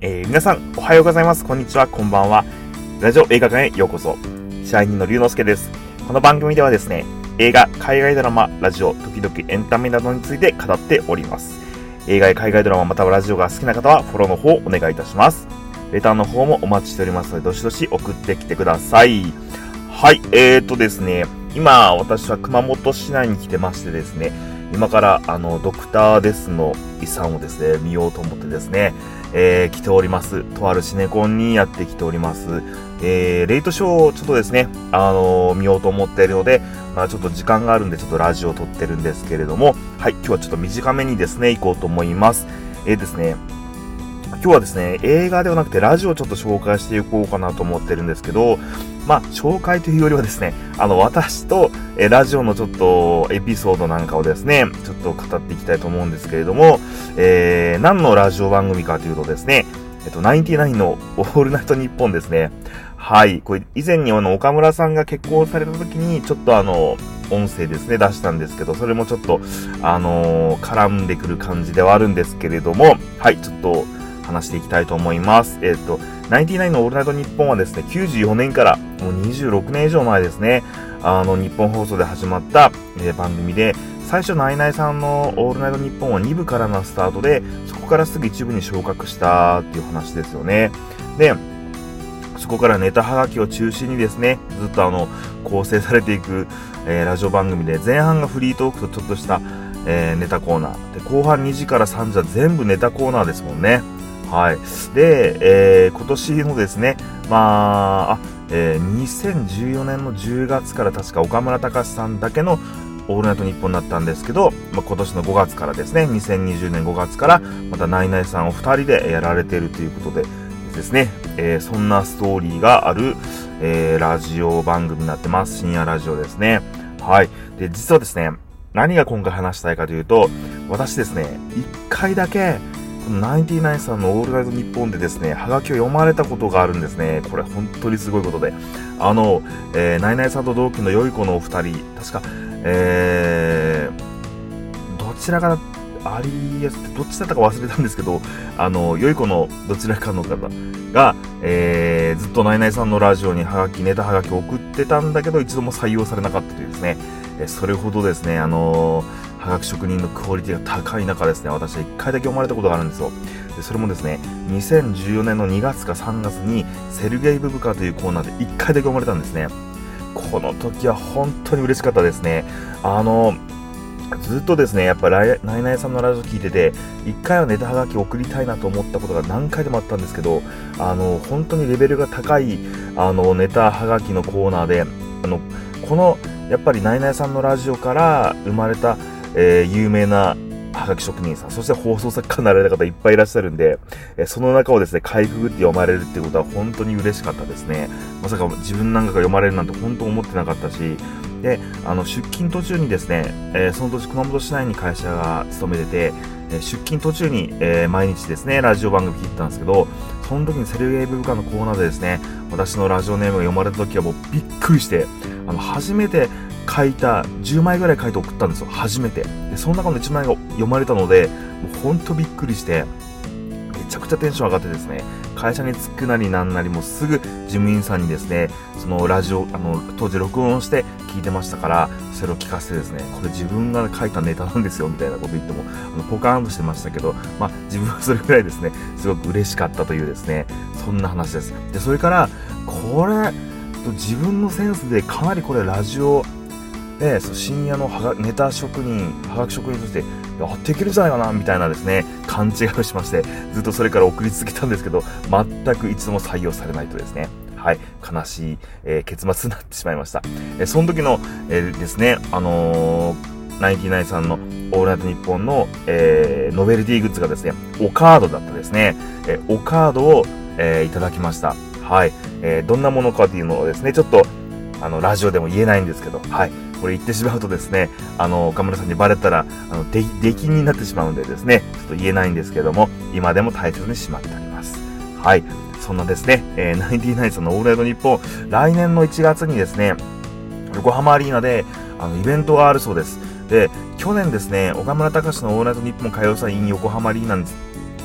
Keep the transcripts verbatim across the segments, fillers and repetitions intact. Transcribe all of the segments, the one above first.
えー、皆さんおはようございます。こんにちは、こんばんは。ラジオ映画館へようこそ。支配人の龍之介です。この番組ではですね、映画、海外ドラマ、ラジオ、時々エンタメなどについて語っております。映画や海外ドラマまたはラジオが好きな方はフォローの方お願いいたします。レターの方もお待ちしておりますので、どしどし送ってきてください。はい、えーとですね、今私は熊本市内に来てましてですね、今からあのドクターデスの遺産をですね見ようと思ってですね、えー、来ております。とあるシネコンにやってきております。えー、レイトショーをちょっとですね、あのー、見ようと思っているので、まあちょっと時間があるんでちょっとラジオを撮ってるんですけれども、はい、今日はちょっと短めにですね行こうと思います。えーですね。今日はですね、映画ではなくてラジオをちょっと紹介していこうかなと思ってるんですけど、まあ、紹介というよりはですね、あの、私と、えラジオのちょっとエピソードなんかをですね、ちょっと語っていきたいと思うんですけれども、えー、何のラジオ番組かというとですね、えっと、ナインティナインのオールナイトニッポンですね。はい。これ、以前にあの、岡村さんが結婚された時に、ちょっとあの、音声ですね、出したんですけど、それもちょっと、あのー、絡んでくる感じではあるんですけれども、はい、ちょっと、話していきたいと思います。えっと、ナインティナインのオールナイトニッポンはですね、きゅうじゅうよねんからもうにじゅうろくねん以上前ですね、あの、日本放送で始まった、えー、番組で、最初ナイナイさんのオールナイトニッポンはに部からのスタートで、そこからすぐいち部に昇格したっていう話ですよね。で、そこからネタはがきを中心にですね、ずっとあの、構成されていく、えー、ラジオ番組で、前半がフリートークとちょっとした、えー、ネタコーナー。で、後半にじからさんじは全部ネタコーナーですもんね。はい。で、えー、今年のですね、まあ、あ、えー、にせんじゅうよねんのじゅうがつから確か岡村隆史さんだけのオールナイトニッポンになったんですけど、まあ、今年のごがつからですね、にせんにじゅうねんごがつからまたナイナイさんお二人でやられているということでですね、えー、そんなストーリーがある、えー、ラジオ番組になってます。深夜ラジオですね。はい。で、実はですね、何が今回話したいかというと、私ですね、一回だけナインティナインさんのオールナイトニッポンでですね、ハガキを読まれたことがあるんですね。これ本当にすごいことで。あの、えー、ナイナイさんと同期の良い子のお二人、確か、えー、どちらか、ありやす、どっちだったか忘れたんですけど、あの、良い子のどちらかの方が、えー、ずっとナイナイさんのラジオにハガキ、ネタハガキを送ってたんだけど、一度も採用されなかったというですね、えー、それほどですね、あのー、はがき職人のクオリティが高い中ですね、私はいっかいだけ読まれたことがあるんですよ。でそれもですね、にせんじゅうよねんのにがつかさんがつにセルゲイ・ブブカというコーナーでいっかいだけ読まれたんですね。この時は本当に嬉しかったですね。あのずっとですね、やっぱナイナイさんのラジオ聞いてて、いっかいはネタはがき送りたいなと思ったことが何回でもあったんですけど、あの本当にレベルが高いあのネタはがきのコーナーで、あのこのやっぱりナイナイさんのラジオから生まれたえー、有名なはがき職人さん、そして放送作家になられた方いっぱいいらっしゃるんで、えー、その中をですね、かいくぐって読まれるっていうことは本当に嬉しかったですね。まさか自分なんかが読まれるなんて本当思ってなかったし、で、あの、出勤途中にですね、えー、その年熊本市内に会社が勤めてて、えー、出勤途中に、えー、毎日ですね、ラジオ番組聞いてたんですけど、その時にセルゲイ・ブブカのコーナーでですね、私のラジオネームが読まれた時はもうびっくりして、あの、初めて書いたじゅうまいぐらい書いて送ったんですよ、初めて。でその中のいちまいが読まれたので、もうほんとびっくりしてめちゃくちゃテンション上がってですね、会社に着くなりなんなりもうすぐ事務員さんにですね、そのラジオあの当時録音して聞いてましたから、それを聞かせてですね、これ自分が書いたネタなんですよみたいなこと言っても、あのポカーンとしてましたけど、まあ自分はそれぐらいですね、すごく嬉しかったというですね、そんな話です。でそれからこれ自分のセンスでかなりこれラジオで、そう深夜のはがネタ職人、はがき職人としてやっていけるじゃないかなみたいなですね、勘違いをしまして、ずっとそれから送り続けたんですけど、全く一度も採用されないとですね、はい、悲しい、えー、結末になってしまいました。えー、その時の、えー、ですね、あのー、ナインティナインさんのオールナイトニッポンの、えー、ノベルティグッズがですね、おカードだったですね、えー、おカードを、えー、いただきました。はい、えー、どんなものかというのをですね、ちょっとあのラジオでも言えないんですけど、はい、これ言ってしまうとですね、あの岡村さんにバレたらあの出禁になってしまうんでですね、ちょっと言えないんですけども、今でも大切にしまってあります。はい、そんなですね、えー、ナインティナインさんのオールナイトニッポン、来年のいちがつにですね、横浜アリーナであのイベントがあるそうです。で、去年ですね、岡村隆史のオールナイトニッポン歌謡祭 in 横浜アリーナ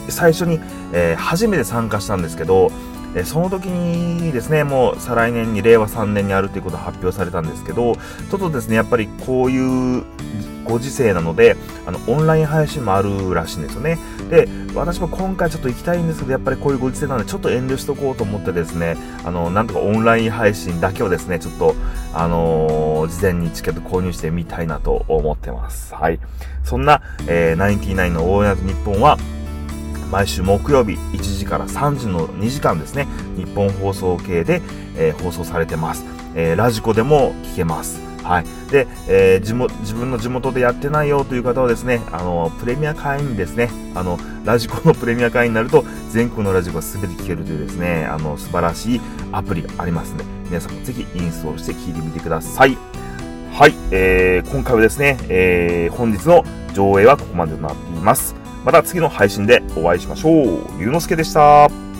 最初に、えー、初めて参加したんですけど、えー、その時にですね、もう再来年にれいわさんねんにあるということが発表されたんですけど、ちょっとですね、やっぱりこういうご時世なので、あの、オンライン配信もあるらしいんですよね。で、私も今回ちょっと行きたいんですけど、やっぱりこういうご時世なので、ちょっと遠慮しとこうと思ってですね、あの、なんとかオンライン配信だけをですね、ちょっと、あのー、事前にチケット購入してみたいなと思ってます。はい。そんな、えー、ナインティナインのオールナイトニッポンは、毎週木曜日いちじからさんじのにじかんですね、日本放送系で、えー、放送されてます。えー、ラジコでも聞けます。はい。で、えー、地元、自分の地元でやってないよという方はですね、あの、プレミア会員ですね、あの、ラジコのプレミア会員になると、全国のラジコが全て聞けるというですね、あの、素晴らしいアプリがありますので、皆さんもぜひインストールして聞いてみてください。はい。えー、今回はですね、えー、本日の上映はここまでとなっています。また次の配信でお会いしましょう。ゆうのすけでした。